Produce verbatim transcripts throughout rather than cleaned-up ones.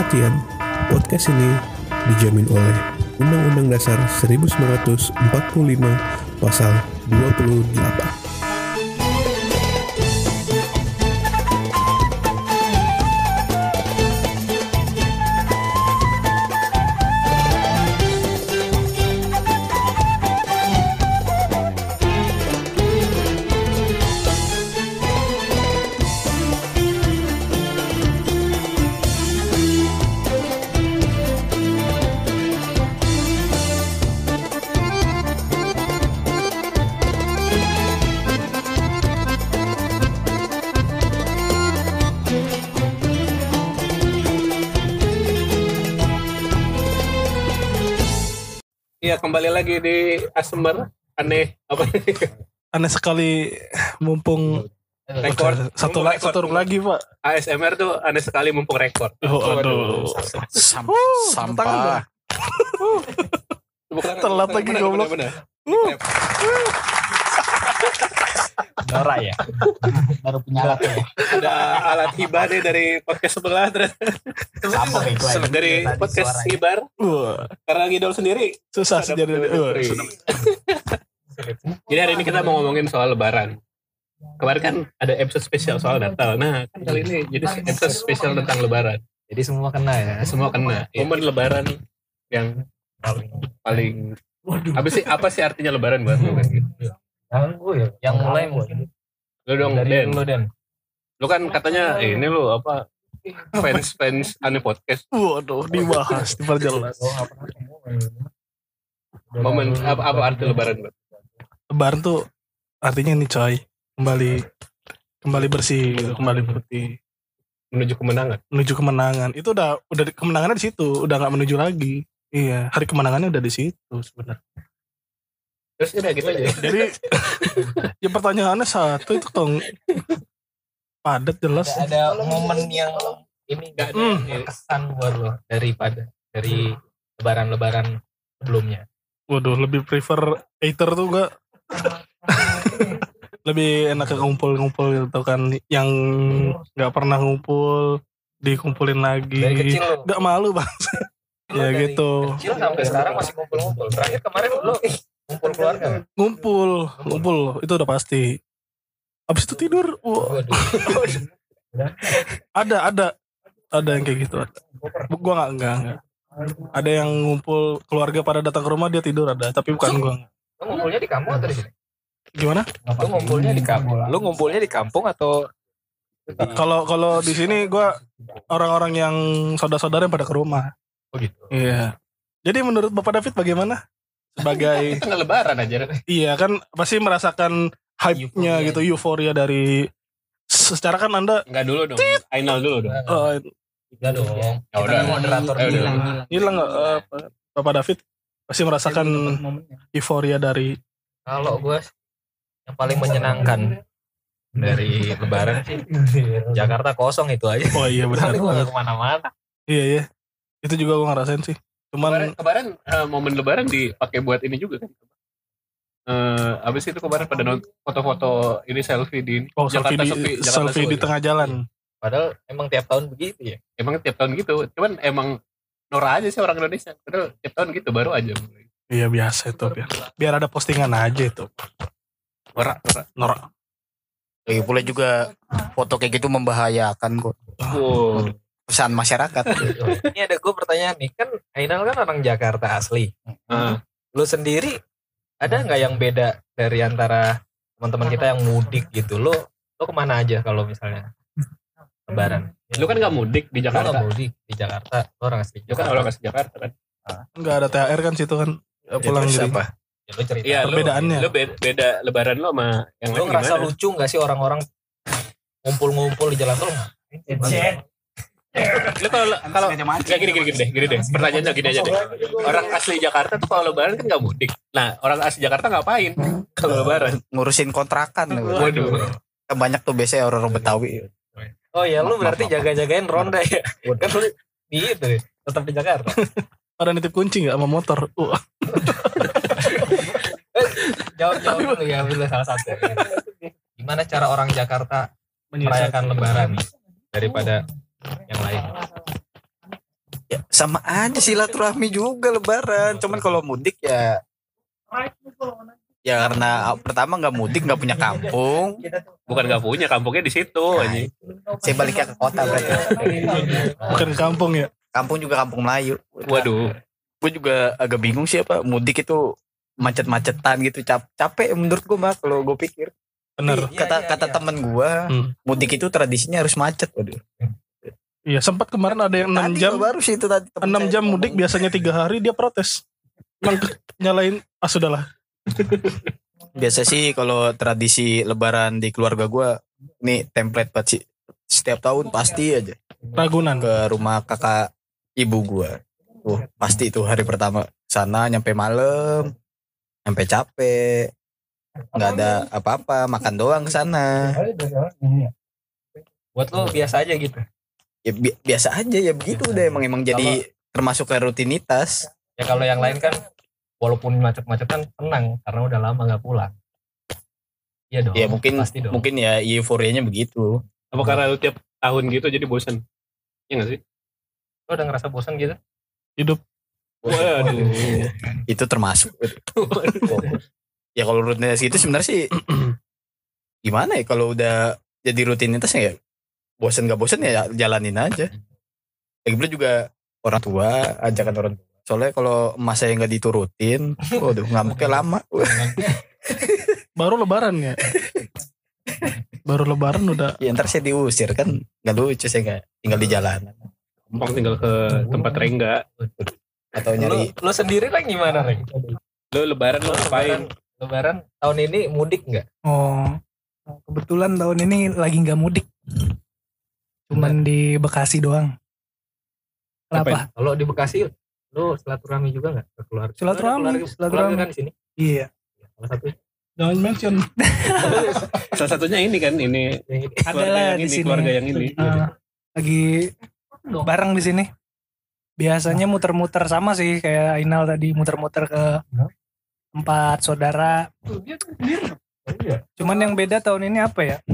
Perhatian, podcast ini dijamin oleh Undang-Undang Dasar seribu sembilan ratus empat puluh lima Pasal dua puluh delapan. Iya, kembali lagi di Asmer. Aneh apa? Aneh sekali mumpung Rekor satu lagi satu lagi Pak. A S M R tuh aneh sekali mumpung rekor. Oh, aduh. Sam- Uh, sampah. Telat lagi goblok. Nora ya. Baru punya alat ya. Ada alat hibah nih dari podcast sebelah ternyata. Sama bego aja. Dari podcast Suaranya. Hibar Wah, karena ngidol sendiri. susah sih jadi. Wah, Jadi hari ini kita mau ngomongin soal Lebaran. Kemarin kan ada episode spesial soal Natal. Nah, kan kali ini jadi episode spesial tentang Lebaran. Jadi semua kena ya. Semua kena. Momen Lebaran yang Paling. paling. Apa sih apa sih artinya Lebaran buat lu kan gitu? Yang gue ya. Yang mulai mungkin. Lu dong, Dari Den. dulu Den. Lu kan katanya eh, ini lu apa fans fans aneh podcast. waduh, dibahas, diperjelas. Oh, apa namanya? Momen apa, apa arti Lebaran, Bang? Lebaran tuh artinya ini coy, kembali kembali bersih, gitu, kembali putih, Menuju kemenangan. menuju kemenangan. Itu udah udah di- kemenangannya di situ, udah nggak menuju lagi. Iya, hari kemenangannya udah di situ sebenarnya. Terus udah gitu aja. Jadi ya pertanyaannya satu itu dong, padat jelas. Ada, ada momen yang ini Gak ada. Hmm. berkesan buat lo daripada dari lebaran-lebaran sebelumnya. Waduh, lebih prefer eater tuh gak. Lebih enak ke ngumpul-ngumpul gitu kan. Yang gak pernah ngumpul dikumpulin lagi. Dari kecil lo. Gak malu bang. Ya Dari gitu. Kecil sampai sekarang masih ngumpul-ngumpul. Terakhir kemarin lo ngumpul keluarga. Kan? Ngumpul, ngumpul itu udah pasti. Abis itu tidur. Wah, Waduh. ada, ada. Ada yang kayak gitu. Ada. Gua gak, enggak, enggak. Ada yang ngumpul keluarga pada datang ke rumah dia tidur ada. Tapi bukan gua. Lo ngumpulnya di kampung atau di sini? Gimana? Lo ngumpulnya di kampung. Lo ngumpulnya di kampung atau Kalau kalau di sini gue orang-orang yang saudara-saudara yang pada ke rumah. Oh gitu. Iya. Jadi menurut Bapak David bagaimana? Sebagai Tengah Lebaran aja. iya kan pasti merasakan hype-nya Euforia. gitu, euforia dari secara kan Anda Enggak dulu dong. Final dulu dong. eh, Tiga dong. Ya udah. Kita moderator Ya udah. bilang. hilang nggak eh, Bapak David pasti merasakan euforia dari Kalau gue yang paling menyenangkan dari lebaran sih Jakarta kosong itu aja. oh iya benar. Tapi gue gak kemana-mana. Iya iya. Itu juga gue ngerasain sih. Kemarin, Cuman kemarin eh, momen Lebaran dipakai buat ini juga kan. Eh, abis itu kemarin pada nont- foto-foto ini selfie di oh selfie di sepi, Jakarta selfie di sepi. tengah jalan. Padahal emang tiap tahun begitu ya. Emang tiap tahun gitu. Cuman emang Nora aja sih orang Indonesia. Padahal tiap tahun gitu baru aja. Iya biasa itu biar biar ada postingan aja itu. Nora, Nora. Norak. Lagi pula juga foto kayak gitu membahayakan kok Wow. pesan masyarakat. Ini ada gue pertanyaan nih, kan Ainal kan orang Jakarta asli. Ah. Lu sendiri ada nggak yang beda dari antara teman-teman kita yang mudik gitu? Lu lu kemana aja kalau misalnya lebaran? Lu kan gak mudik di Lu Jakarta. nggak mudik di Jakarta, lu orang asli Lu kan Jakarta. orang asli Jakarta kan. Enggak ada T H R kan situ kan. Ya, Pulang terus jadi. apa? Ya, lu cerita. Iya, lu- Perbedaannya. Lu, beda, beda Lebaran lu sama yang Lu lain ngerasa gimana? lucu gak sih orang-orang ngumpul-ngumpul di jalan tol? Lu kalau kalau nggak gini gini gini deh, gini deh. Pertanyaannya gini aja deh. Orang asli Jakarta tuh kalau Lebaran kan nggak mudik. Nah, orang asli Jakarta ngapain kalau Lebaran? Ngurusin kontrakan. Waduh. Kan banyak tuh biasanya orang-orang Betawi. Oh ya, lu Maaf, berarti maaf, jaga-jagain ronda ya? Kan lu di itu deh, tetap di Jakarta. Pada nitip kunci nggak sama motor? Uh, Jawab-jawab dulu ya, ambil salah satu. Gimana cara orang Jakarta merayakan lebaran nih, daripada yang lain? Ya, sama aja silaturahmi juga lebaran. Cuman kalau mudik ya ya karena pertama nggak mudik, nggak punya kampung. Bukan nggak punya, kampungnya di situ anjing. Saya baliknya ke kota berarti. Bukan ke kampung ya. Kampung juga kampung Melayu. Waduh. Gue juga agak bingung sih apa mudik itu macet-macetan gitu, Cap capek menurut gue mah kalau gue pikir. Bener. Kata kata temen gue, Hmm. mudik itu tradisinya harus macet. Waduh. Iya, sempat kemarin ada yang enam Tadi jam. baru sih itu tadi. temen enam saya jam ngomong. mudik biasanya tiga hari dia protes. Emang nyalain ah sudahlah. Biasa sih kalau tradisi lebaran di keluarga gue, nih template banget sih. Setiap tahun pasti aja Ragunan. ke rumah kakak ibu gue. Tuh, pasti tuh hari pertama sana nyampe malam, nyampe capek, nggak ada apa-apa, makan doang ke sana. Buat lo biasa aja gitu. Ya bi- biasa aja ya begitu udah emang emang jadi termasuk ke rutinitas. Ya kalau yang lain kan walaupun macet-macetan tenang karena udah lama nggak pulang. Iya dong. Ya mungkin pasti dong. mungkin ya euforianya begitu. Apa karena lu tiap tahun gitu jadi bosan? Iya nggak sih? Lo udah ngerasa bosan gitu? Hidup. Waduh. Itu termasuk. Ya kalau rutinitas gitu sebenarnya sih gimana ya kalau udah jadi rutinitas ya bosan gak bosan ya jalanin aja. Lagi pula juga orang tua, ajakan orang tua. Soalnya kalau emas saya nggak diturutin, waduh ngamuknya lama. Baru lebaran ya. Baru lebaran udah. Ya ntar saya diusir kan nggak lucu, saya nggak tinggal di jalanan Gampang tinggal ke tempat Rengga. atau Lo, nyari. lo sendiri lah gimana Reng? Lu lebaran lu Lebaran, ngapain? lebaran tahun ini mudik nggak? Oh, kebetulan tahun ini lagi nggak mudik, cuman di Bekasi doang. Kenapa? Kalau di Bekasi lo silaturahmi juga nggak ke keluarga? Silaturahmi, Lo ada keluarga, silaturahmi. keluarga kan di sini. Iya, Salah satu Jangan mention. Salah satunya ini kan ini yang ini. ada keluarga lah yang di ini, sini. keluarga yang ini. Ah, lagi bareng di sini. Biasanya muter-muter sama sih kayak Inal tadi, muter-muter ke tempat saudara. Cuman yang beda tahun ini apa ya?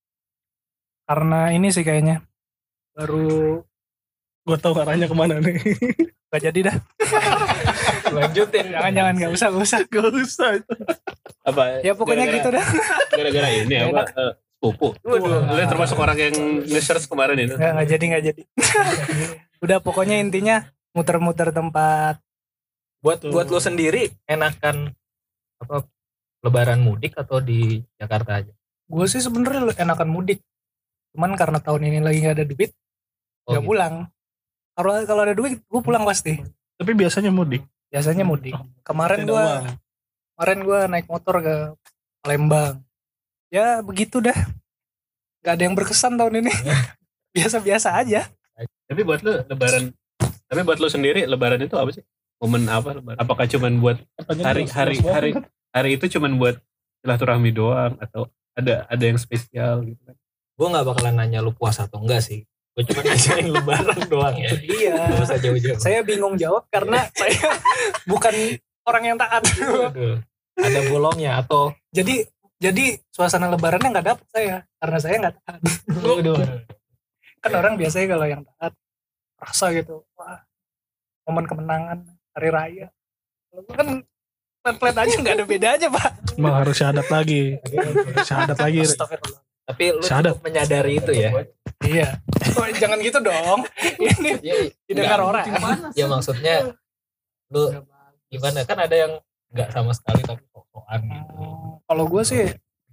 Karena ini sih kayaknya baru Gue tahu arahnya kemana nih. gak jadi dah. Lanjutin. Jangan-jangan gak usah, gak usah. Gak usah itu. Apa? Ya pokoknya gara-gara- gitu dah. Gara-gara ini apa? eh, Sepupu. Lu termasuk orang yang nge-search kemarin itu. Gak, gak jadi, gak jadi. Udah pokoknya intinya muter-muter tempat. Buat buat lo sendiri enakan apa lebaran mudik atau di Jakarta aja? Gue sih sebenarnya enakan mudik. Cuman karena tahun ini lagi gak ada duit, Oh, gak gitu. pulang. Kalau kalau ada duit, gue pulang pasti. Tapi biasanya mudik. Biasanya mudik. Kemarin Ada gue, uang. kemarin gue naik motor ke Palembang. Ya begitu dah. Gak ada yang berkesan tahun ini. Biasa-biasa aja. Tapi buat lu lebaran, tapi buat lu sendiri lebaran itu apa sih? Momen apa lebaran? Apakah cuman buat hari hari hari hari itu cuman buat silaturahmi doang atau ada ada yang spesial gitu kan? Gue nggak bakalan nanya lu puasa atau enggak sih. Gue cuma nanyain lebaran doang ya. Iya. Gak usah jauh-jauh. Saya bingung jawab karena saya bukan orang yang taat. Waduh. Ada bolongnya atau jadi jadi suasana lebarannya nggak dapet saya karena saya nggak taat. Waduh. Kan orang biasanya kalau yang taat rasa gitu, wah momen kemenangan hari raya. Kalau gua kan flat-flat aja nggak ada bedanya pak. Emang harus syahadat lagi. Syahadat lagi. Astagfirullah. Tapi lu Syahadat. cukup menyadari itu ya. Iya. Oh, jangan gitu dong. Ini Ya, didengar orang. ya maksudnya lu gimana kan ada yang nggak sama sekali tapi sok-sokan gitu. Hmm, Kalau gue sih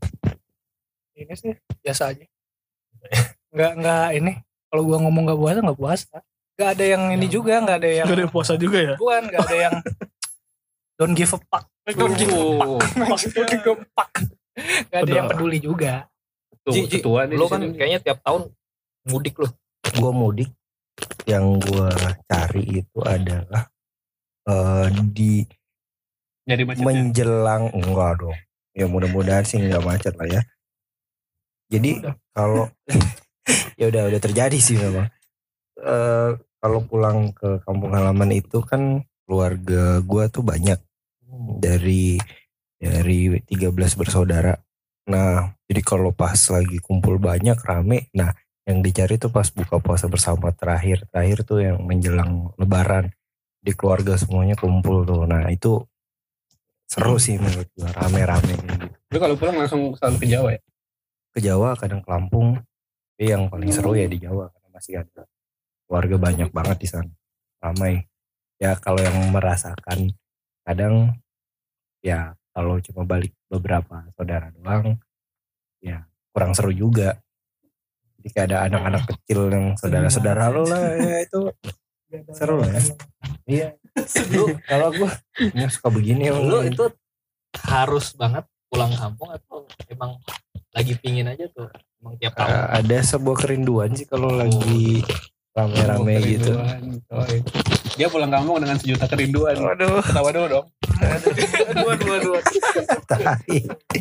ini sih biasa aja. Nggak nggak ini. Kalau gue ngomong nggak puasa nggak puasa. Nggak ada yang ini juga, nggak ada yang Gak ada puasa juga ya. bukan, nggak ada yang don't give a fuck. Don't give a fuck. Don't give a fuck. Nggak ada yang peduli juga. Tuh, Ji, Ji, ketua nih lu di kan sini. kayaknya tiap tahun mudik lu. Gue mudik yang gue cari itu adalah eh, di Nyari macetnya. menjelang enggak dong ya mudah-mudahan sih nggak macet lah ya. Jadi kalau ya udah udah terjadi sih memang. Eh, kalau pulang ke kampung halaman itu kan keluarga gue tuh banyak dari dari tiga belas bersaudara. Nah jadi kalau pas lagi kumpul banyak rame, nah Yang dicari tuh pas buka puasa bersama terakhir. Terakhir tuh yang menjelang lebaran. Di keluarga semuanya kumpul tuh. Nah itu seru sih menurut gue, rame-rame gitu. Tapi kalau pulang langsung selalu ke Jawa ya? Ke Jawa, kadang ke Lampung. Tapi yang paling seru ya di Jawa. Karena masih ada keluarga banyak banget di sana. Ramai. Ya kalau yang merasakan kadang ya kalau cuma balik beberapa saudara doang ya kurang seru juga. Jadi kayak ada anak-anak kecil yang saudara-saudara lo lah ya itu seru lah ya. Iya. Lu kalau gue ya suka begini Lu om. itu harus banget pulang kampung atau emang lagi pingin aja tuh emang tiap tahun? Uh, ada sebuah kerinduan sih kalau lagi rame-rame Oh, gitu. kerinduan, coy. Dia pulang kampung dengan sejuta kerinduan. Waduh. Ketawa dulu dong. Aduh, aduh, aduh. Tai.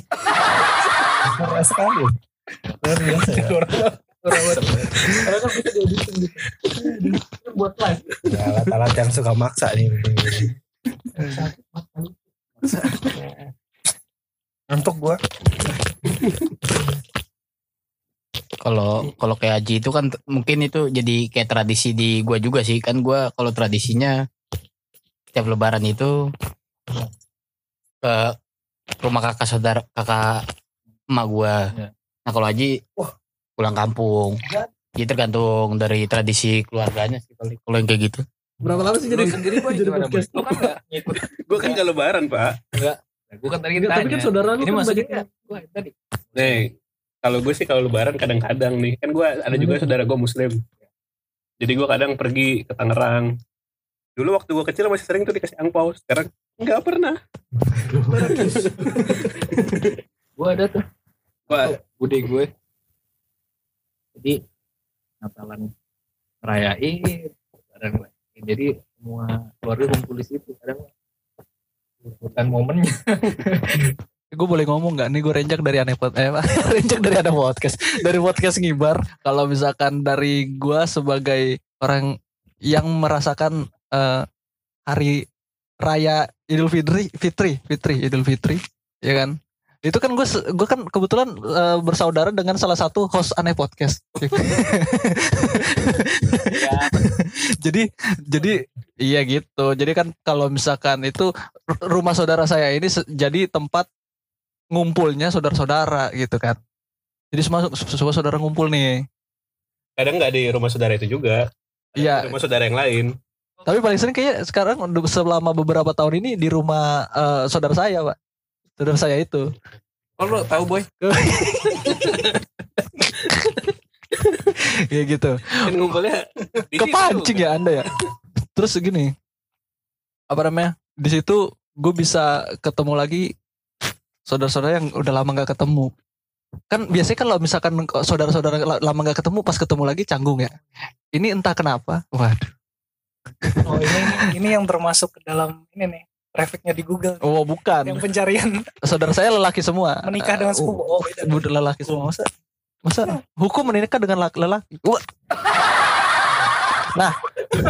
Parah sekali. Luar biasa ya. Karena kan bisa dieditin gitu. Buat lagi. Ya, alat-alat yang suka maksa nih. Untuk gua. Kalau kalau kayak Haji itu kan t- mungkin itu jadi kayak tradisi di gua juga sih. Kan gua kalau tradisinya setiap lebaran itu ke rumah kakak saudara kakak emak gua. Ya. Nah kalau Haji pulang kampung. Jadi tergantung dari tradisi keluarganya sih kalau kalau yang kayak gitu. Berapa lama sih jadi Lu sendiri Boy, jadi gimana, Boy? podcast? Lu kan gak ngikut. Gue kan gak lebaran, Pak. Gue kan tadi Ya, tapi tanya. kan saudara lu Ini kan maksudnya banyak- gue tadi. Nih, kalau gue sih kalau lebaran kadang-kadang nih. Kan gue ada juga saudara gue muslim. Jadi gue kadang pergi ke Tangerang. Dulu waktu gue kecil masih sering tuh dikasih angpau. Sekarang nggak pernah. Gue ada tuh. Wah, Bude gue. Jadi Natalan ngerayain. Kadang jadi semua keluarga kumpul di situ. Kadang bukan momennya. Gue boleh ngomong nggak nih, gue renjak dari aneh pod- eh, renjak dari aneh podcast dari podcast ngibar. Kalau misalkan dari gue sebagai orang yang merasakan eh, hari raya Idul Fitri Fitri Fitri Idul Fitri ya kan, itu kan gue gue kan kebetulan eh, bersaudara dengan salah satu host aneh podcast. jadi jadi iya gitu. Jadi kan kalau misalkan itu r- rumah saudara saya ini se- jadi tempat ngumpulnya saudara-saudara gitu kan. Jadi semua semua saudara ngumpul nih. kadang nggak di rumah saudara itu juga. Kadang Iya. di rumah saudara yang lain. Tapi paling sering kayak sekarang udah selama beberapa tahun ini di rumah eh, saudara saya, Pak. Saudara saya itu. Oh lo tahu boy? Ya gitu. Kan ngumpulnya di situ. Kepancing ya Anda ya. Terus gini. Apa namanya? Di situ gue bisa ketemu lagi saudara-saudara yang udah lama gak ketemu. Kan biasanya kalau misalkan saudara-saudara la- lama gak ketemu, pas ketemu lagi canggung ya. Ini entah kenapa. Waduh. Oh ini ini yang termasuk ke dalam ini nih trafficnya di Google Oh bukan. yang pencarian Saudara saya lelaki semua. menikah dengan Eh, sepupu. Oh beda. Udah lelaki semua. Masa masa hukum menikah dengan laki- lelaki? Wah. Nah,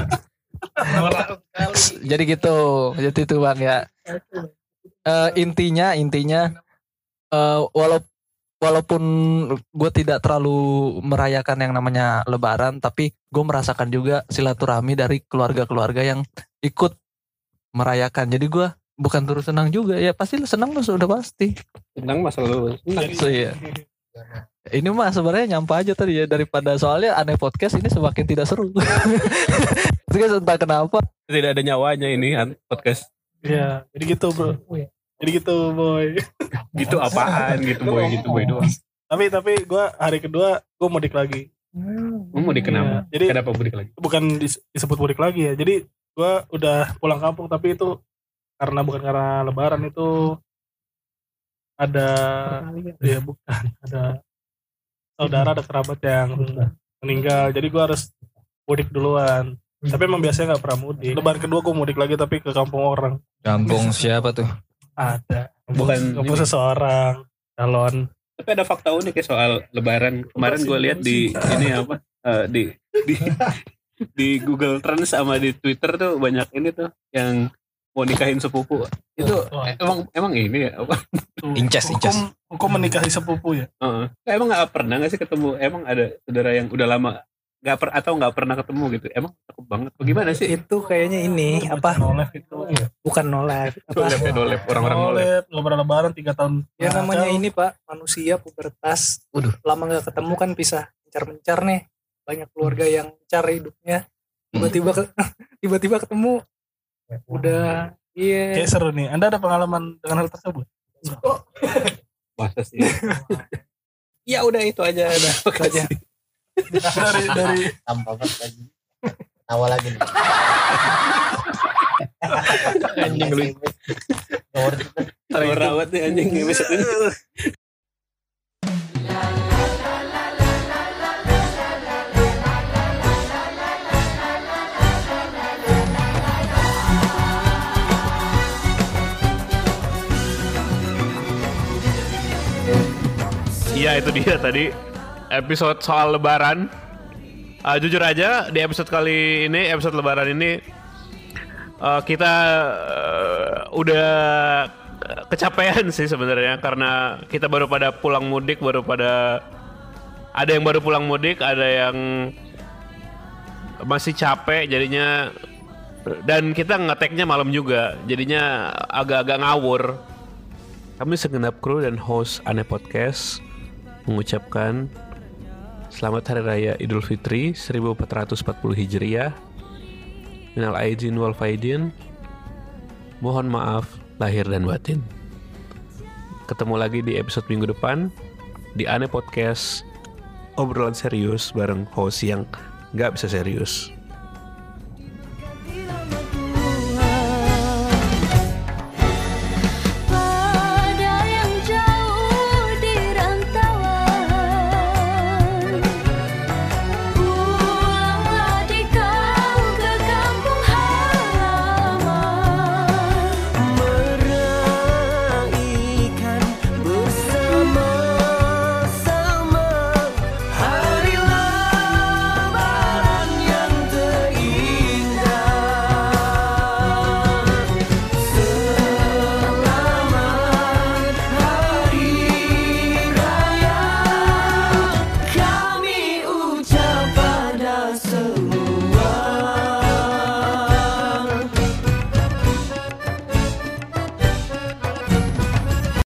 jadi gitu. Jadi itu Bang ya. Eh, intinya intinya eh walau walaupun gue tidak terlalu merayakan yang namanya Lebaran, tapi gue merasakan juga silaturahmi dari keluarga-keluarga yang ikut merayakan. Jadi gue bukan turut senang juga ya, pasti lu senang lu sudah pasti. Senang masa lu senang. So, iya. Ini mah sebenarnya nyampe aja tadi ya, daripada soalnya aneh podcast ini semakin tidak seru. Terus entah kenapa. Tidak ada nyawanya ini kan, podcast. Iya, Jadi gitu bro. Jadi gitu boy. Gitu apaan gitu boy, gitu boy doang. Tapi tapi gue hari kedua gue mudik lagi. Lu mau dikenapa? Jadi Kenapa mudik lagi? bukan dis- disebut mudik lagi ya. Jadi gue udah pulang kampung, tapi itu karena bukan karena Lebaran, itu ada ya bukan ada saudara, ada kerabat yang meninggal. Jadi gue harus mudik duluan. Tapi emang biasanya nggak pernah mudik. Lebaran kedua gue mudik lagi tapi ke kampung orang. Kampung siapa tuh? Ada. Bukan kampung ini. seseorang calon. Tapi ada fakta unik ya soal Lebaran. Kemarin gue lihat di ini apa eh, di di di Google Trends sama di Twitter tuh banyak ini tuh yang mau nikahin sepupu itu emang emang ini ya apa? Incest, hukum, incest. hukum menikahi sepupu ya. Heeh. Emang nggak pernah nggak sih ketemu? Emang ada saudara yang udah lama nggak per atau nggak pernah ketemu gitu? Emang cakep banget. Bagaimana sih? Itu kayaknya ini apa? Nolep itu. Ya. Bukan nolep. Apa? Dolep ya dolep. Orang-orang dolep. Nolep, nggak pernah lebaran tiga tahun. Ya Nah, namanya jauh. ini Pak, manusia pubertas. Waduh. Lama nggak ketemu kan bisa mencar-mencar nih. Banyak keluarga yang cari hidupnya. Tiba-tiba ke, tiba-tiba ketemu. Udah iya. Kayak seru nih. Anda ada pengalaman dengan hal tersebut? Masa sih? Ya udah itu aja udah itu aja. dari dari Tambah banget lagi. Tawa lagi nih. Anjing lu. Tahu rawat nih anjing episode ini. Iya itu dia tadi episode soal lebaran. Uh, jujur aja di episode kali ini, episode lebaran ini uh, kita uh, udah kecapean sih sebenarnya karena kita baru pada pulang mudik, baru pada ada yang baru pulang mudik, ada yang masih capek jadinya, dan kita ngeteknya malam juga jadinya agak-agak ngawur. Kami segenap kru dan host Aneh Podcast mengucapkan selamat Hari Raya Idul Fitri seribu empat ratus empat puluh Hijriah. Minal aidin wal faidin. Mohon maaf lahir dan batin. Ketemu lagi di episode minggu depan di Aneh Podcast, obrolan serius bareng host yang gak bisa serius.